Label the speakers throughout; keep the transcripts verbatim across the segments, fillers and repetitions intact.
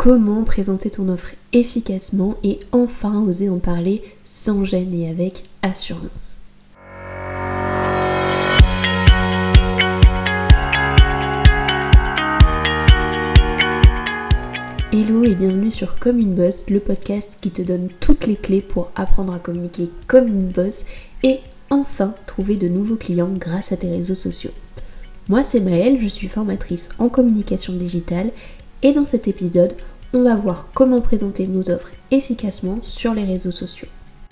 Speaker 1: comment présenter ton offre efficacement et enfin oser en parler sans gêne et avec assurance. Hello et bienvenue sur Comme une boss, le podcast qui te donne toutes les clés pour apprendre à communiquer comme une boss et enfin trouver de nouveaux clients grâce à tes réseaux sociaux. Moi c'est Maëlle, je suis formatrice en communication digitale et dans cet épisode, on va voir comment présenter nos offres efficacement sur les réseaux sociaux.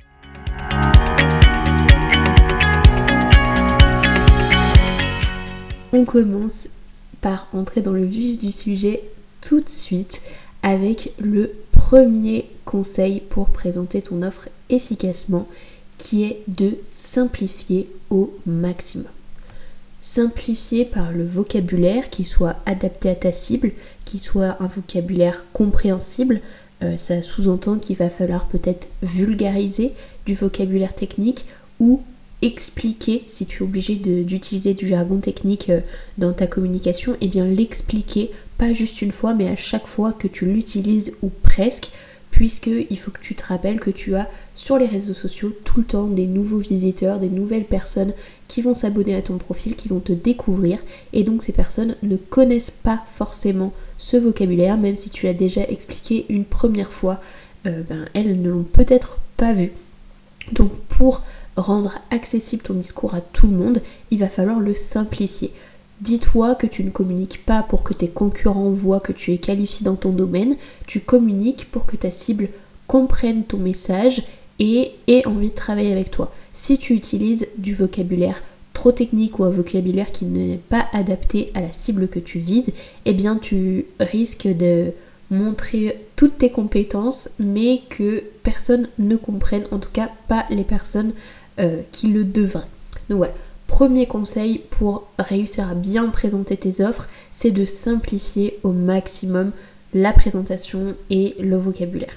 Speaker 1: On commence par entrer dans le vif du sujet tout de suite avec le premier conseil pour présenter ton offre efficacement qui est de simplifier au maximum. Simplifier par le vocabulaire qui soit adapté à ta cible, qui soit un vocabulaire compréhensible. Euh, ça sous-entend qu'il va falloir peut-être vulgariser du vocabulaire technique ou expliquer, si tu es obligé de, d'utiliser du jargon technique euh, dans ta communication, et bien l'expliquer, pas juste une fois, mais à chaque fois que tu l'utilises ou presque, puisqu'il faut que tu te rappelles que tu as sur les réseaux sociaux tout le temps des nouveaux visiteurs, des nouvelles personnes qui vont s'abonner à ton profil, qui vont te découvrir, et donc ces personnes ne connaissent pas forcément ce vocabulaire, même si tu l'as déjà expliqué une première fois, euh, ben, elles ne l'ont peut-être pas vu. Donc pour rendre accessible ton discours à tout le monde, il va falloir le simplifier. Dis-toi que tu ne communiques pas pour que tes concurrents voient que tu es qualifié dans ton domaine, tu communiques pour que ta cible comprenne ton message et ait envie de travailler avec toi. Si tu utilises du vocabulaire trop technique ou un vocabulaire qui n'est pas adapté à la cible que tu vises, eh bien tu risques de montrer toutes tes compétences mais que personne ne comprenne, en tout cas pas les personnes euh, qui le devraient. Donc voilà. Premier conseil pour réussir à bien présenter tes offres, c'est de simplifier au maximum la présentation et le vocabulaire.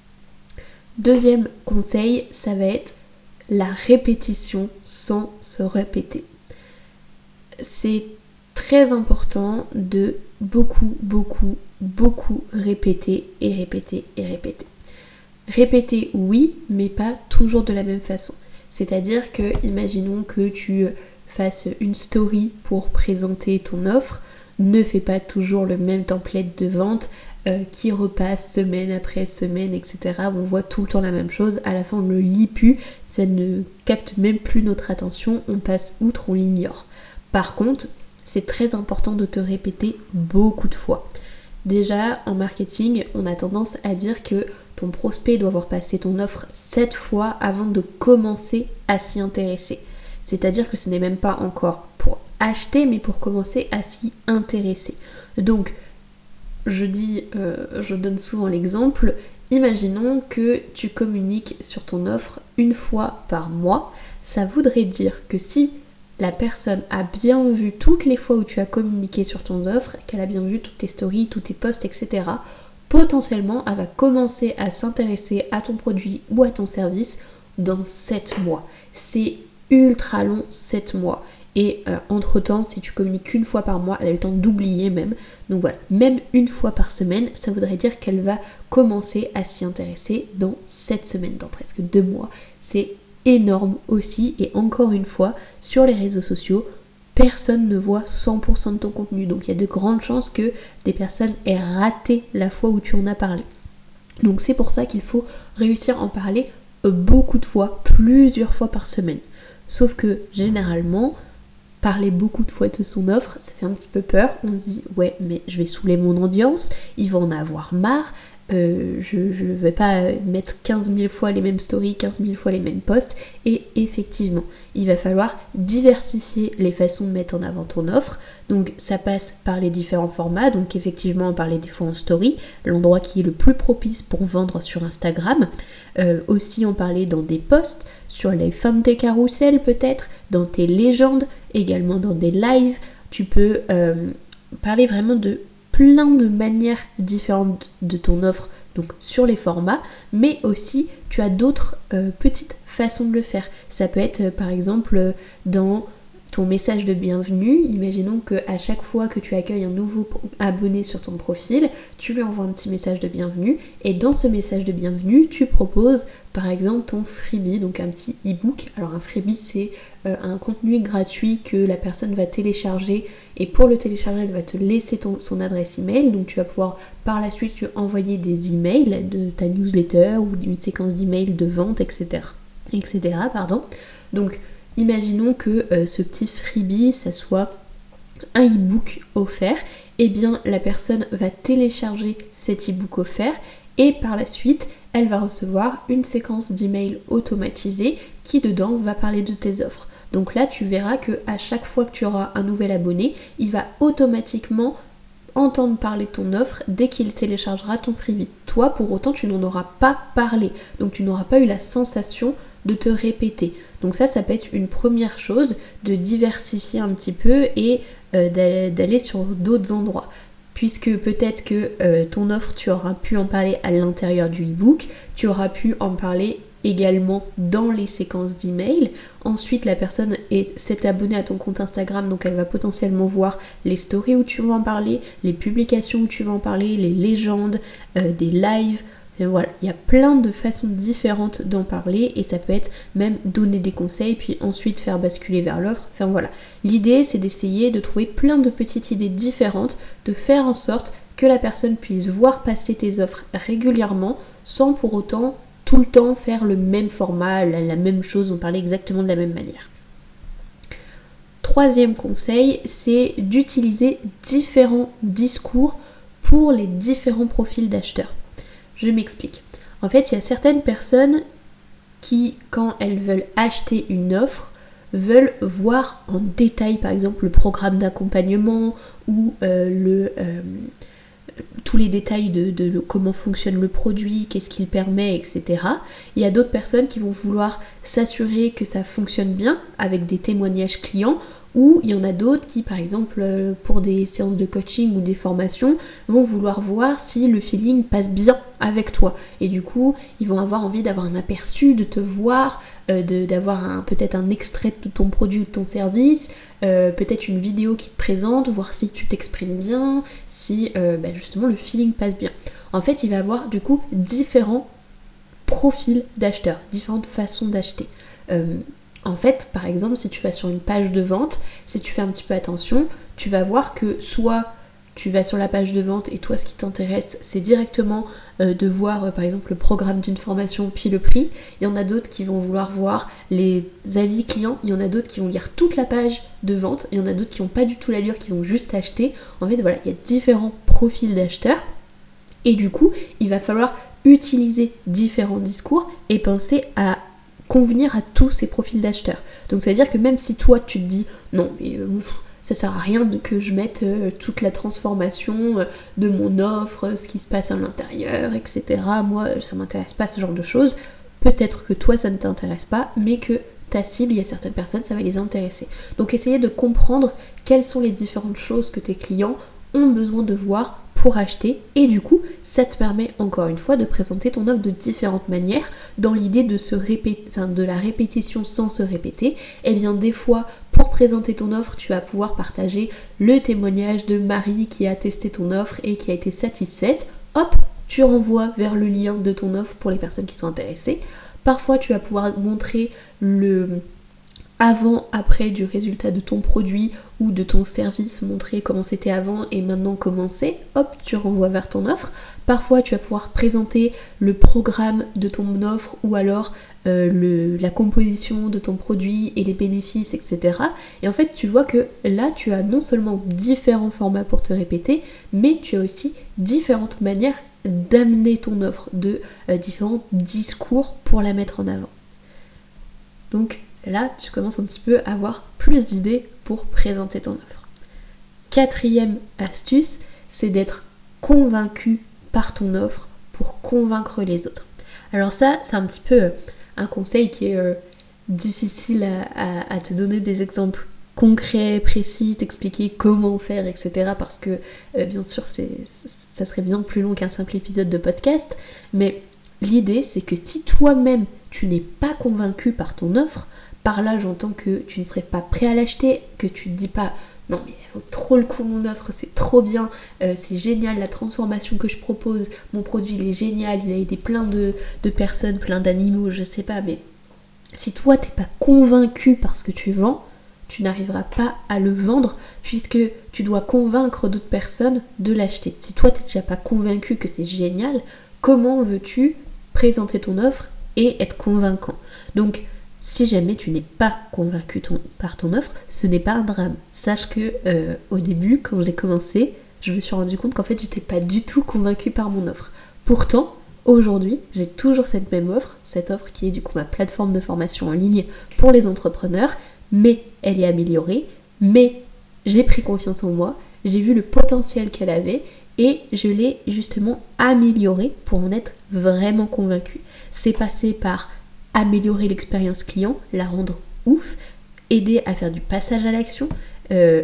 Speaker 1: Deuxième conseil, ça va être la répétition sans se répéter. C'est très important de beaucoup, beaucoup, beaucoup répéter et répéter et répéter. Répéter, oui, mais pas toujours de la même façon. C'est-à-dire que, imaginons que tu fasses une story pour présenter ton offre, ne fais pas toujours le même template de vente euh, qui repasse semaine après semaine, et cetera. On voit tout le temps la même chose, à la fin on ne le lit plus, ça ne capte même plus notre attention, on passe outre, on l'ignore. Par contre, c'est très important de te répéter beaucoup de fois. Déjà, en marketing, on a tendance à dire que ton prospect doit avoir passé ton offre sept fois avant de commencer à s'y intéresser. C'est-à-dire que ce n'est même pas encore pour acheter, mais pour commencer à s'y intéresser. Donc, je dis, euh, je donne souvent l'exemple, imaginons que tu communiques sur ton offre une fois par mois. Ça voudrait dire que si la personne a bien vu toutes les fois où tu as communiqué sur ton offre, qu'elle a bien vu toutes tes stories, tous tes posts, et cetera, potentiellement, elle va commencer à s'intéresser à ton produit ou à ton service dans sept mois. C'est ultra long, sept mois. Et euh, entre-temps, si tu communiques qu'une fois par mois, elle a le temps d'oublier même. Donc voilà, même une fois par semaine, ça voudrait dire qu'elle va commencer à s'y intéresser dans sept semaines, dans presque deux mois. C'est énorme aussi. Et encore une fois, sur les réseaux sociaux, personne ne voit cent pour cent de ton contenu. Donc il y a de grandes chances que des personnes aient raté la fois où tu en as parlé. Donc c'est pour ça qu'il faut réussir à en parler beaucoup de fois, plusieurs fois par semaine. Sauf que généralement, parler beaucoup de fois de son offre, ça fait un petit peu peur. On se dit ouais mais je vais saouler mon audience, ils vont en avoir marre. Euh, je ne vais pas mettre quinze mille fois les mêmes stories, quinze mille fois les mêmes posts. Et effectivement, il va falloir diversifier les façons de mettre en avant ton offre. Donc ça passe par les différents formats. Donc effectivement, parler des fois en story, l'endroit qui est le plus propice pour vendre sur Instagram. Euh, aussi en parler dans des posts, sur les fins de tes carousels peut-être, dans tes légendes, également dans des lives. Tu peux euh, parler vraiment de plein de manières différentes de ton offre, donc sur les formats, mais aussi tu as d'autres euh, petites façons de le faire. Ça peut être euh, par exemple euh, dans ton message de bienvenue. Imaginons qu'à chaque fois que tu accueilles un nouveau abonné sur ton profil, tu lui envoies un petit message de bienvenue et dans ce message de bienvenue, tu proposes par exemple ton freebie, donc un petit e-book. Alors un freebie, c'est euh, un contenu gratuit que la personne va télécharger et pour le télécharger, elle va te laisser ton, son adresse email. Donc tu vas pouvoir par la suite lui envoyer des emails de ta newsletter ou d'une séquence d'emails de vente, et cetera et cetera pardon. Donc imaginons que euh, ce petit freebie, ça soit un e-book offert, et eh bien la personne va télécharger cet e-book offert et par la suite, elle va recevoir une séquence d'emails automatisés qui dedans va parler de tes offres. Donc là, tu verras que à chaque fois que tu auras un nouvel abonné, il va automatiquement entendre parler de ton offre dès qu'il téléchargera ton freebie. Toi, pour autant, tu n'en auras pas parlé. Donc tu n'auras pas eu la sensation de te répéter. Donc ça, ça peut être une première chose, de diversifier un petit peu et euh, d'aller sur d'autres endroits. Puisque peut-être que euh, ton offre, tu auras pu en parler à l'intérieur du e-book, tu auras pu en parler également dans les séquences d'email. Ensuite, la personne est, s'est abonnée à ton compte Instagram, donc elle va potentiellement voir les stories où tu vas en parler, les publications où tu vas en parler, les légendes, euh, des lives. Et voilà, il y a plein de façons différentes d'en parler et ça peut être même donner des conseils puis ensuite faire basculer vers l'offre. Enfin voilà, l'idée c'est d'essayer de trouver plein de petites idées différentes, de faire en sorte que la personne puisse voir passer tes offres régulièrement sans pour autant tout le temps faire le même format, la, la même chose, on parler exactement de la même manière. Troisième conseil, c'est d'utiliser différents discours pour les différents profils d'acheteurs. Je m'explique. En fait, il y a certaines personnes qui, quand elles veulent acheter une offre, veulent voir en détail, par exemple, le programme d'accompagnement ou euh, le, euh, tous les détails de, de, de comment fonctionne le produit, qu'est-ce qu'il permet, et cetera. Il y a d'autres personnes qui vont vouloir s'assurer que ça fonctionne bien avec des témoignages clients, ou il y en a d'autres qui, par exemple, pour des séances de coaching ou des formations, vont vouloir voir si le feeling passe bien avec toi. Et du coup, ils vont avoir envie d'avoir un aperçu, de te voir, euh, de, d'avoir un, peut-être un extrait de ton produit ou de ton service, euh, peut-être une vidéo qui te présente, voir si tu t'exprimes bien, si euh, bah justement le feeling passe bien. En fait, il va avoir du coup différents profils d'acheteurs, différentes façons d'acheter. Euh, En fait, par exemple, si tu vas sur une page de vente, si tu fais un petit peu attention, tu vas voir que soit tu vas sur la page de vente et toi ce qui t'intéresse c'est directement euh, de voir euh, par exemple le programme d'une formation puis le prix. Il y en a d'autres qui vont vouloir voir les avis clients, il y en a d'autres qui vont lire toute la page de vente, il y en a d'autres qui n'ont pas du tout la lire, qui vont juste acheter. En fait voilà, il y a différents profils d'acheteurs et du coup il va falloir utiliser différents discours et penser à convenir à tous ces profils d'acheteurs. Donc ça veut dire que même si toi tu te dis non mais euh, ça sert à rien de que je mette euh, toute la transformation euh, de mon offre, euh, ce qui se passe à l'intérieur, et cetera. Moi ça m'intéresse pas ce genre de choses. Peut-être que toi ça ne t'intéresse pas, mais que ta cible, il y a certaines personnes, ça va les intéresser. Donc essayez de comprendre quelles sont les différentes choses que tes clients ont besoin de voir pour acheter et du coup ça te permet encore une fois de présenter ton offre de différentes manières dans l'idée de se répéter, enfin de la répétition sans se répéter. Et bien des fois pour présenter ton offre tu vas pouvoir partager le témoignage de Marie qui a testé ton offre et qui a été satisfaite. Hop, tu renvoies vers le lien de ton offre pour les personnes qui sont intéressées. Parfois tu vas pouvoir montrer le avant, après du résultat de ton produit ou de ton service, montrer comment c'était avant et maintenant comment c'est, hop, tu renvoies vers ton offre. Parfois, tu vas pouvoir présenter le programme de ton offre ou alors euh, le, la composition de ton produit et les bénéfices, et cetera. Et en fait, tu vois que là, tu as non seulement différents formats pour te répéter, mais tu as aussi différentes manières d'amener ton offre, de euh, différents discours pour la mettre en avant. Donc, là, tu commences un petit peu à avoir plus d'idées pour présenter ton offre. Quatrième astuce, c'est d'être convaincu par ton offre pour convaincre les autres. Alors ça, c'est un petit peu un conseil qui est euh, difficile à, à, à te donner des exemples concrets, précis, t'expliquer comment faire, et cetera. Parce que, euh, bien sûr, c'est, ça serait bien plus long qu'un simple épisode de podcast. Mais l'idée, c'est que si toi-même, tu n'es pas convaincu par ton offre, Par là, j'entends que tu ne serais pas prêt à l'acheter, que tu te dis pas non mais elle vaut trop le coup mon offre, c'est trop bien, euh, c'est génial la transformation que je propose, mon produit il est génial, il a aidé plein de, de personnes, plein d'animaux, je sais pas, mais si toi t'es pas convaincu par ce que tu vends, tu n'arriveras pas à le vendre puisque tu dois convaincre d'autres personnes de l'acheter. Si toi t'es déjà pas convaincu que c'est génial, comment veux-tu présenter ton offre et être convaincant? Donc si jamais tu n'es pas convaincu ton, par ton offre, ce n'est pas un drame. Sache que euh, au début, quand j'ai commencé, je me suis rendu compte qu'en fait, j'étais pas du tout convaincue par mon offre. Pourtant, aujourd'hui, j'ai toujours cette même offre, cette offre qui est du coup ma plateforme de formation en ligne pour les entrepreneurs, mais elle est améliorée, mais j'ai pris confiance en moi, j'ai vu le potentiel qu'elle avait et je l'ai justement améliorée pour en être vraiment convaincue. C'est passé par améliorer l'expérience client, la rendre ouf, aider à faire du passage à l'action, euh,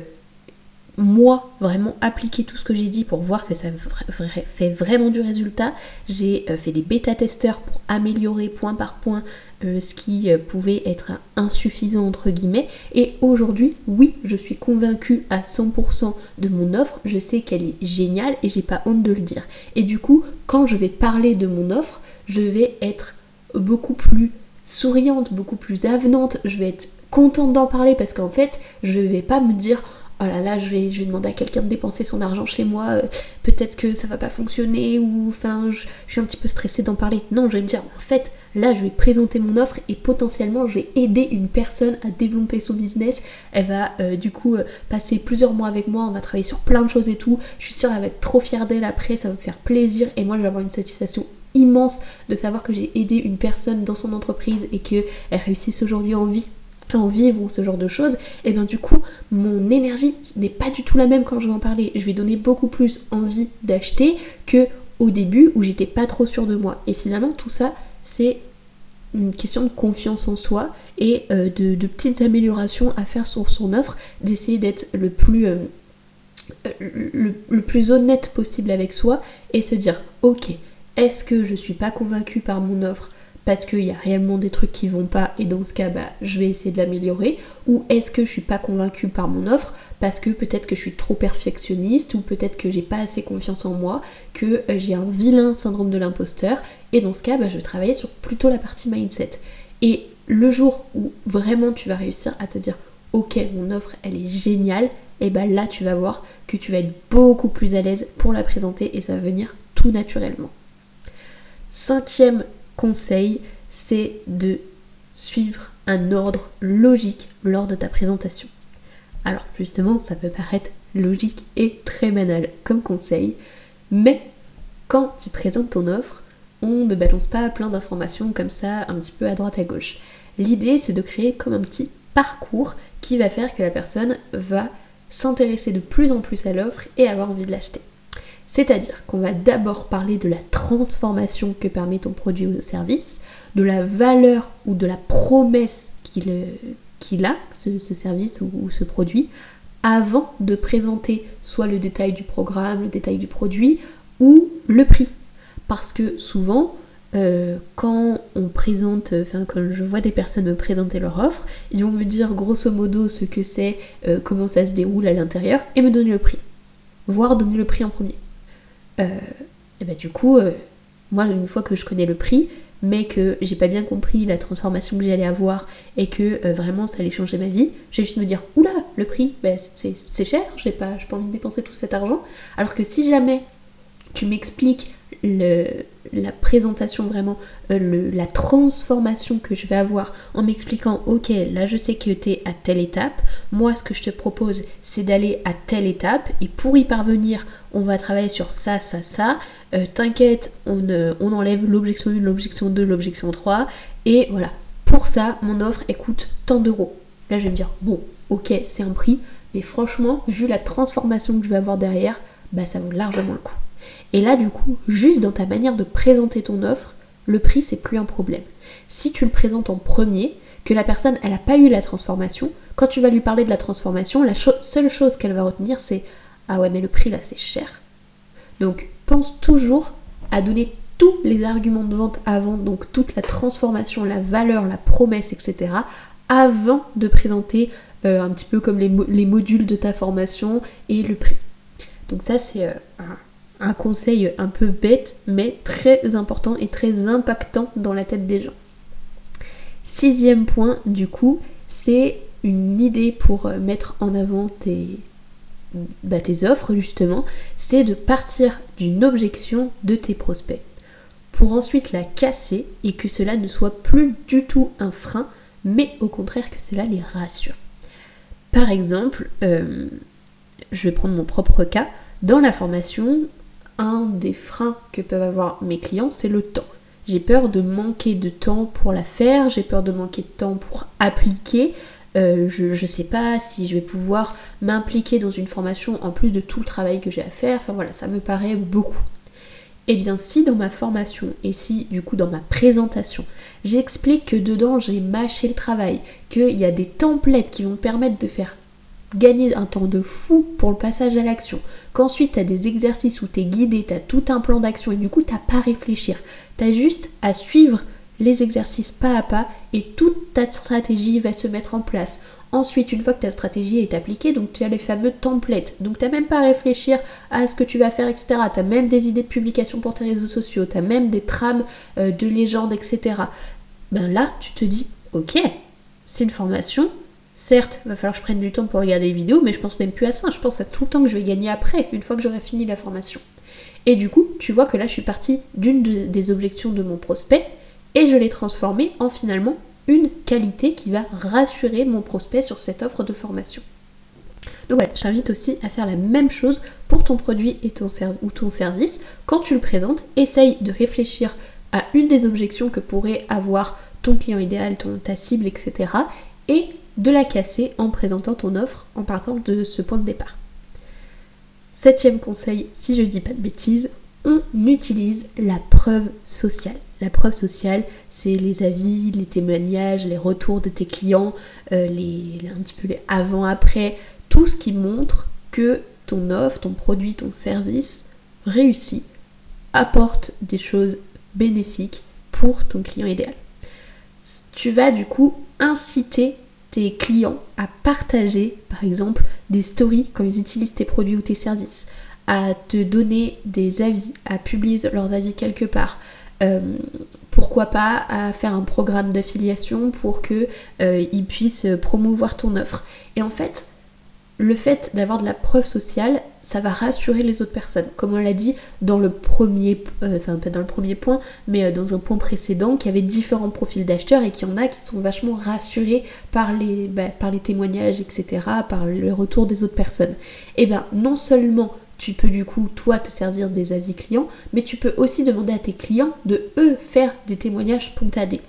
Speaker 1: moi, vraiment appliquer tout ce que j'ai dit pour voir que ça fait vraiment du résultat. J'ai euh, fait des bêta-testeurs pour améliorer point par point euh, ce qui euh, pouvait être insuffisant entre guillemets. Et aujourd'hui, oui, je suis convaincue à cent pour cent de mon offre. Je sais qu'elle est géniale et j'ai pas honte de le dire. Et du coup, quand je vais parler de mon offre, je vais être beaucoup plus souriante, beaucoup plus avenante, je vais être contente d'en parler parce qu'en fait, je vais pas me dire oh là là, je vais, je vais demander à quelqu'un de dépenser son argent chez moi, euh, peut-être que ça va pas fonctionner ou enfin, je, je suis un petit peu stressée d'en parler. Non, je vais me dire en fait, là, je vais présenter mon offre et potentiellement, je vais aider une personne à développer son business. Elle va euh, du coup euh, passer plusieurs mois avec moi, on va travailler sur plein de choses et tout. Je suis sûre qu'elle va être trop fière d'elle après, ça va me faire plaisir et moi, je vais avoir une satisfaction immense de savoir que j'ai aidé une personne dans son entreprise et qu'elle réussisse aujourd'hui en vie, en vivre ou ce genre de choses. Et bien du coup, mon énergie n'est pas du tout la même quand je vais en parler. Je vais donner beaucoup plus envie d'acheter que au début où j'étais pas trop sûre de moi. Et finalement, tout ça, c'est une question de confiance en soi et euh, de, de petites améliorations à faire sur son offre, d'essayer d'être le plus euh, le, le plus honnête possible avec soi et se dire ok, est-ce que je suis pas convaincue par mon offre parce qu'il y a réellement des trucs qui vont pas et dans ce cas bah, je vais essayer de l'améliorer, ou est-ce que je suis pas convaincue par mon offre parce que peut-être que je suis trop perfectionniste ou peut-être que j'ai pas assez confiance en moi, que j'ai un vilain syndrome de l'imposteur et dans ce cas bah, je vais travailler sur plutôt la partie mindset. Et le jour où vraiment tu vas réussir à te dire ok, mon offre elle est géniale, et bah là tu vas voir que tu vas être beaucoup plus à l'aise pour la présenter et ça va venir tout naturellement. Cinquième conseil, c'est de suivre un ordre logique lors de ta présentation. Alors justement, ça peut paraître logique et très banal comme conseil, mais quand tu présentes ton offre, on ne balance pas plein d'informations comme ça, un petit peu à droite à gauche. L'idée, c'est de créer comme un petit parcours qui va faire que la personne va s'intéresser de plus en plus à l'offre et avoir envie de l'acheter. C'est-à-dire qu'on va d'abord parler de la transformation que permet ton produit ou service, de la valeur ou de la promesse qu'il, qu'il a, ce, ce service ou, ou ce produit, avant de présenter soit le détail du programme, le détail du produit ou le prix. Parce que souvent, euh, quand on présente, enfin quand je vois des personnes me présenter leur offre, ils vont me dire grosso modo ce que c'est, euh, comment ça se déroule à l'intérieur et me donner le prix. Voire donner le prix en premier. Euh, et bah du coup, euh, moi une fois que je connais le prix, mais que j'ai pas bien compris la transformation que j'allais avoir et que euh, vraiment ça allait changer ma vie, je vais juste me dire oula, le prix, bah, c'est, c'est cher, j'ai pas, j'ai pas envie de dépenser tout cet argent. Alors que si jamais tu m'expliques le, la présentation vraiment, euh, le, la transformation que je vais avoir en m'expliquant ok, là je sais que t'es à telle étape, moi ce que je te propose c'est d'aller à telle étape et pour y parvenir on va travailler sur ça, ça, ça, euh, t'inquiète, on, euh, on enlève l'objection un, l'objection deux, l'objection trois et voilà, pour ça mon offre elle coûte tant d'euros. Là je vais me dire bon ok c'est un prix, mais franchement vu la transformation que je vais avoir derrière, bah ça vaut largement le coup. Et là du coup, juste dans ta manière de présenter ton offre, le prix c'est plus un problème. Si tu le présentes en premier, que la personne elle n'a pas eu la transformation, quand tu vas lui parler de la transformation, la cho- seule chose qu'elle va retenir c'est ah ouais mais le prix là c'est cher. Donc pense toujours à donner tous les arguments de vente avant, donc toute la transformation, la valeur, la promesse, et cetera avant de présenter euh, un petit peu comme les, mo- les modules de ta formation et le prix. Donc ça c'est euh, un, un conseil un peu bête mais très important et très impactant dans la tête des gens. Sixième point du coup, c'est une idée pour mettre en avant tes, bah, tes offres justement, c'est de partir d'une objection de tes prospects pour ensuite la casser et que cela ne soit plus du tout un frein, mais au contraire que cela les rassure. Par exemple, euh, je vais prendre mon propre cas, dans la formation, un des freins que peuvent avoir mes clients, c'est le temps. J'ai peur de manquer de temps pour la faire, j'ai peur de manquer de temps pour appliquer, euh, je ne sais pas si je vais pouvoir m'impliquer dans une formation en plus de tout le travail que j'ai à faire, enfin voilà, ça me paraît beaucoup. Et bien si dans ma formation et si du coup dans ma présentation, j'explique que dedans j'ai mâché le travail, qu'il y a des templates qui vont me permettre de faire gagner un temps de fou pour le passage à l'action, qu'ensuite tu as des exercices où tu es guidé, tu as tout un plan d'action et du coup tu n'as pas à réfléchir, tu as juste à suivre les exercices pas à pas et toute ta stratégie va se mettre en place. Ensuite, une fois que ta stratégie est appliquée, donc tu as les fameux templates. Donc tu n'as même pas à réfléchir à ce que tu vas faire, et cetera. Tu as même des idées de publication pour tes réseaux sociaux, tu as même des trames euh, de légendes, et cetera. Ben là, tu te dis, ok, c'est une formation. Certes, il va falloir que je prenne du temps pour regarder les vidéos, mais je pense même plus à ça. Je pense à tout le temps que je vais gagner après, une fois que j'aurai fini la formation. Et du coup, tu vois que là, je suis partie d'une de, des objections de mon prospect et je l'ai transformée en finalement une qualité qui va rassurer mon prospect sur cette offre de formation. Donc voilà, je t'invite aussi à faire la même chose pour ton produit et ton ser- ou ton service. Quand tu le présentes, essaye de réfléchir à une des objections que pourrait avoir ton client idéal, ton, ta cible, et cetera. Et de la casser en présentant ton offre en partant de ce point de départ. Septième conseil, si je ne dis pas de bêtises, on utilise la preuve sociale. La preuve sociale, c'est les avis, les témoignages, les retours de tes clients, euh, les, les, un petit peu les avant-après, tout ce qui montre que ton offre, ton produit, ton service réussit, apporte des choses bénéfiques pour ton client idéal. Tu vas du coup inciter tes clients à partager par exemple des stories quand ils utilisent tes produits ou tes services, à te donner des avis, à publier leurs avis quelque part, euh, pourquoi pas à faire un programme d'affiliation pour qu'ils euh, puissent promouvoir ton offre. Et en fait, le fait d'avoir de la preuve sociale, ça va rassurer les autres personnes. Comme on l'a dit dans le premier, euh, enfin pas dans le premier point, mais dans un point précédent, qu'il y avait différents profils d'acheteurs et qu'il y en a qui sont vachement rassurés par les, bah, par les témoignages, et cetera, par le retour des autres personnes. Et bien non seulement tu peux du coup toi te servir des avis clients, mais tu peux aussi demander à tes clients de eux faire des témoignages spontanés.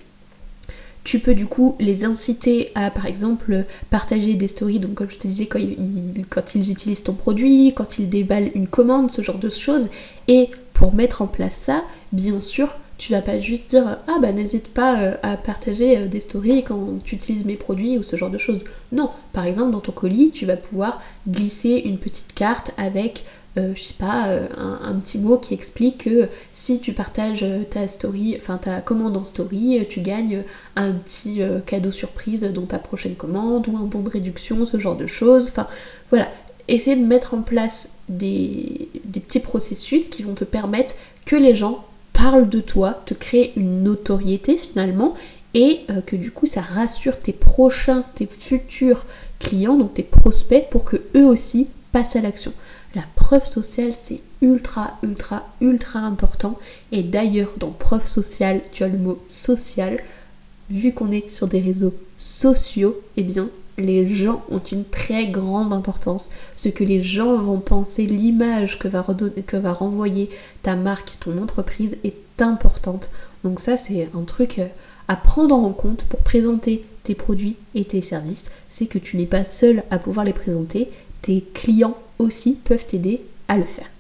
Speaker 1: Tu peux du coup les inciter à par exemple partager des stories, donc comme je te disais quand ils, quand ils utilisent ton produit, quand ils déballent une commande, ce genre de choses. Et pour mettre en place ça, bien sûr, tu vas pas juste dire ah bah n'hésite pas à partager des stories quand tu utilises mes produits ou ce genre de choses. Non, par exemple dans ton colis, tu vas pouvoir glisser une petite carte avec Euh, je sais pas, euh, un, un petit mot qui explique que si tu partages ta story, enfin ta commande en story, tu gagnes un petit euh, cadeau surprise dans ta prochaine commande ou un bon de réduction, ce genre de choses. Enfin voilà, essayer de mettre en place des, des petits processus qui vont te permettre que les gens parlent de toi, te créer une notoriété finalement et euh, que du coup ça rassure tes prochains, tes futurs clients, donc tes prospects pour que eux aussi passent à l'action. La preuve sociale, c'est ultra, ultra, ultra important. Et d'ailleurs, dans preuve sociale, tu as le mot social. Vu qu'on est sur des réseaux sociaux, eh bien, les gens ont une très grande importance. Ce que les gens vont penser, l'image que va, redonner, que va renvoyer ta marque, ton entreprise est importante. Donc ça, c'est un truc à prendre en compte pour présenter tes produits et tes services. C'est que tu n'es pas seul à pouvoir les présenter. Tes clients aussi peuvent t'aider à le faire.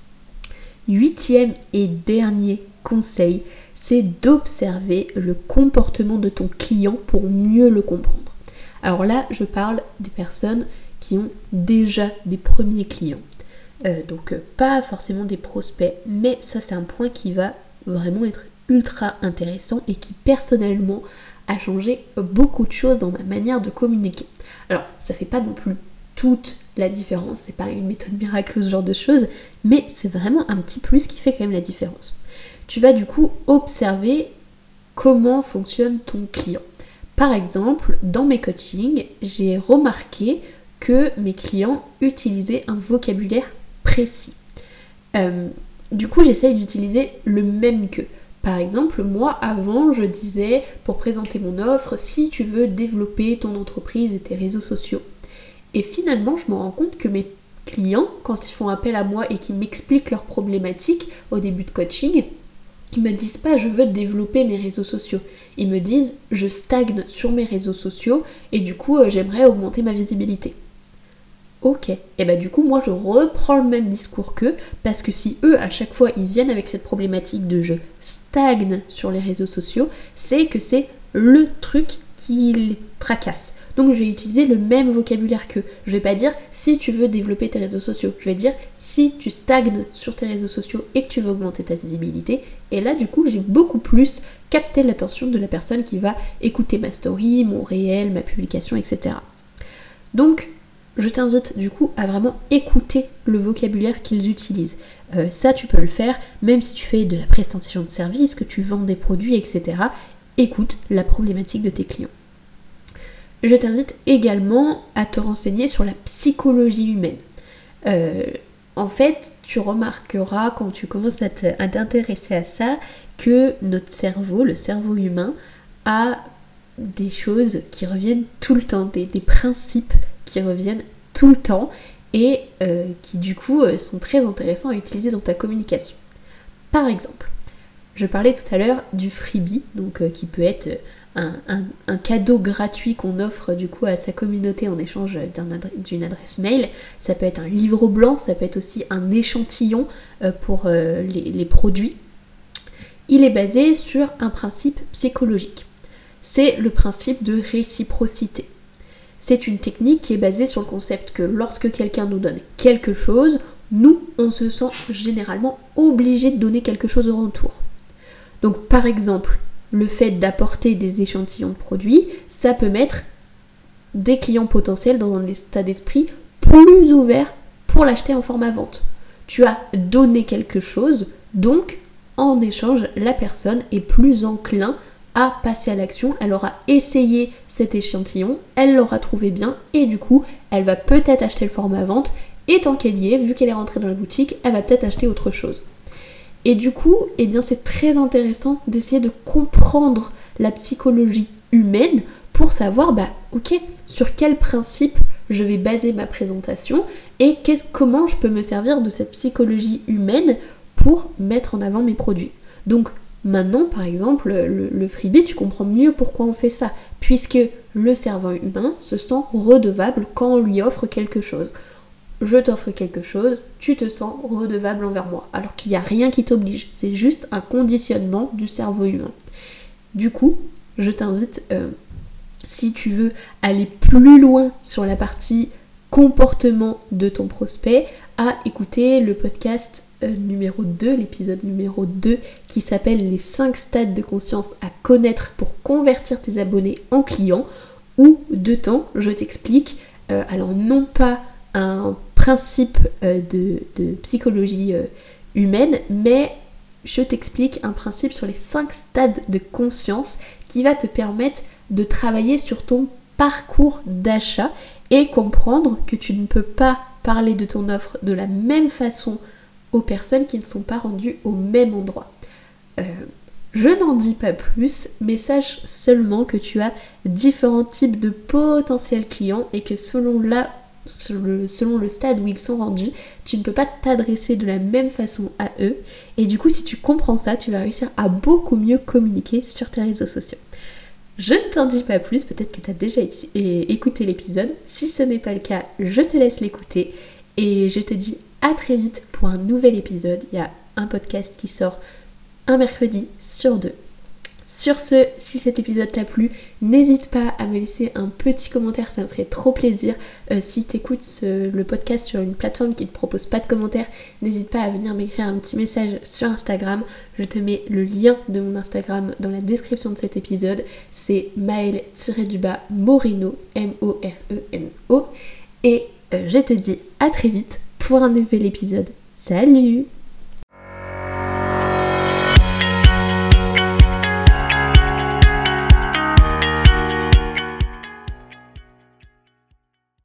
Speaker 1: Huitième et dernier conseil, c'est d'observer le comportement de ton client pour mieux le comprendre. Alors là, je parle des personnes qui ont déjà des premiers clients. Euh, donc euh, pas forcément des prospects, mais ça c'est un point qui va vraiment être ultra intéressant et qui personnellement a changé beaucoup de choses dans ma manière de communiquer. Alors, ça fait pas non plus toute la différence, c'est pas une méthode miracle ou ce genre de choses, mais c'est vraiment un petit plus qui fait quand même la différence. Tu vas du coup observer comment fonctionne ton client. Par exemple, dans mes coachings, j'ai remarqué que mes clients utilisaient un vocabulaire précis. Euh, du coup, j'essaye d'utiliser le même qu'eux. Par exemple, moi, avant, je disais, pour présenter mon offre, si tu veux développer ton entreprise et tes réseaux sociaux. Et finalement, je me rends compte que mes clients, quand ils font appel à moi et qu'ils m'expliquent leurs problématiques au début de coaching, ils me disent pas je veux développer mes réseaux sociaux. Ils me disent je stagne sur mes réseaux sociaux et du coup euh, j'aimerais augmenter ma visibilité. Ok, et bah du coup moi je reprends le même discours qu'eux parce que si eux à chaque fois ils viennent avec cette problématique de je stagne sur les réseaux sociaux, c'est que c'est le truc qui les tracasse. Donc je vais utiliser le même vocabulaire qu'eux. Je vais pas dire si tu veux développer tes réseaux sociaux. Je vais dire si tu stagnes sur tes réseaux sociaux et que tu veux augmenter ta visibilité. Et là du coup j'ai beaucoup plus capté l'attention de la personne qui va écouter ma story, mon réel, ma publication, et cetera. Donc je t'invite du coup à vraiment écouter le vocabulaire qu'ils utilisent. Euh, ça tu peux le faire même si tu fais de la prestation de service, que tu vends des produits, et cetera. Écoute la problématique de tes clients. Je t'invite également à te renseigner sur la psychologie humaine. Euh, en fait, tu remarqueras quand tu commences à, te, à t'intéresser à ça que notre cerveau, le cerveau humain, a des choses qui reviennent tout le temps, des, des principes qui reviennent tout le temps et euh, qui du coup euh, sont très intéressants à utiliser dans ta communication. Par exemple, je parlais tout à l'heure du freebie, donc euh, qui peut être un, un, un cadeau gratuit qu'on offre du coup à sa communauté en échange d'un adre- d'une adresse mail. Ça peut être un livre blanc, ça peut être aussi un échantillon euh, pour euh, les, les produits. Il est basé sur un principe psychologique. C'est le principe de réciprocité. C'est une technique qui est basée sur le concept que lorsque quelqu'un nous donne quelque chose, nous, on se sent généralement obligé de donner quelque chose au retour. Donc par exemple, le fait d'apporter des échantillons de produits, ça peut mettre des clients potentiels dans un état d'esprit plus ouvert pour l'acheter en format vente. Tu as donné quelque chose, donc en échange, la personne est plus enclin à passer à l'action, elle aura essayé cet échantillon, elle l'aura trouvé bien et du coup, elle va peut-être acheter le format vente et tant qu'elle y est, vu qu'elle est rentrée dans la boutique, elle va peut-être acheter autre chose. Et du coup, eh bien, c'est très intéressant d'essayer de comprendre la psychologie humaine pour savoir, bah, ok, sur quel principe je vais baser ma présentation et qu'est-ce, comment je peux me servir de cette psychologie humaine pour mettre en avant mes produits. Donc maintenant, par exemple, le, le freebie, tu comprends mieux pourquoi on fait ça, puisque le cerveau humain se sent redevable quand on lui offre quelque chose. Je t'offre quelque chose, tu te sens redevable envers moi, alors qu'il n'y a rien qui t'oblige, c'est juste un conditionnement du cerveau humain. Du coup, je t'invite, euh, si tu veux aller plus loin sur la partie comportement de ton prospect, à écouter le podcast euh, numéro deux, l'épisode numéro deux, qui s'appelle les cinq stades de conscience à connaître pour convertir tes abonnés en clients, où dedans, je t'explique, euh, alors non pas un principe euh, de, de psychologie euh, humaine, mais je t'explique un principe sur les cinq stades de conscience qui va te permettre de travailler sur ton parcours d'achat et comprendre que tu ne peux pas parler de ton offre de la même façon aux personnes qui ne sont pas rendues au même endroit. Euh, je n'en dis pas plus, mais sache seulement que tu as différents types de potentiels clients et que selon la selon le stade où ils sont rendus, tu ne peux pas t'adresser de la même façon à eux. Et du coup, si tu comprends ça, tu vas réussir à beaucoup mieux communiquer sur tes réseaux sociaux. Je ne t'en dis pas plus, peut-être que tu as déjà écouté l'épisode. Si ce n'est pas le cas, je te laisse l'écouter. Et je te dis à très vite pour un nouvel épisode. Il y a un podcast qui sort un mercredi sur deux. Sur ce, si cet épisode t'a plu, n'hésite pas à me laisser un petit commentaire, ça me ferait trop plaisir. Euh, si t'écoutes ce, le podcast sur une plateforme qui ne te propose pas de commentaires, n'hésite pas à venir m'écrire un petit message sur Instagram. Je te mets le lien de mon Instagram dans la description de cet épisode. C'est Maëlle-Moreno, M O R E N O. Et euh, je te dis à très vite pour un nouvel épisode. Salut!